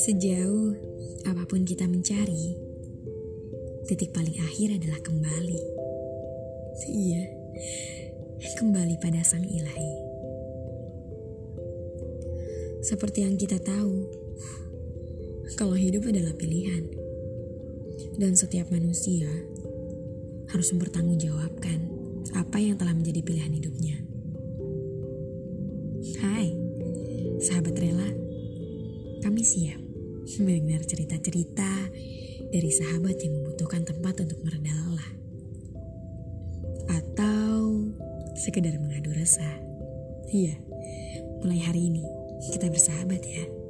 Sejauh apapun kita mencari, titik paling akhir adalah kembali. Iya, kembali pada Sang Ilahi. Seperti yang kita tahu, kalau hidup adalah pilihan, dan setiap manusia harus mempertanggungjawabkan apa yang telah menjadi pilihan hidupnya. Hai, sahabat rela, kami siap mendengar cerita-cerita dari sahabat yang membutuhkan tempat untuk mereda lelah, atau sekedar mengadu resah. Iya, mulai hari ini kita bersahabat ya.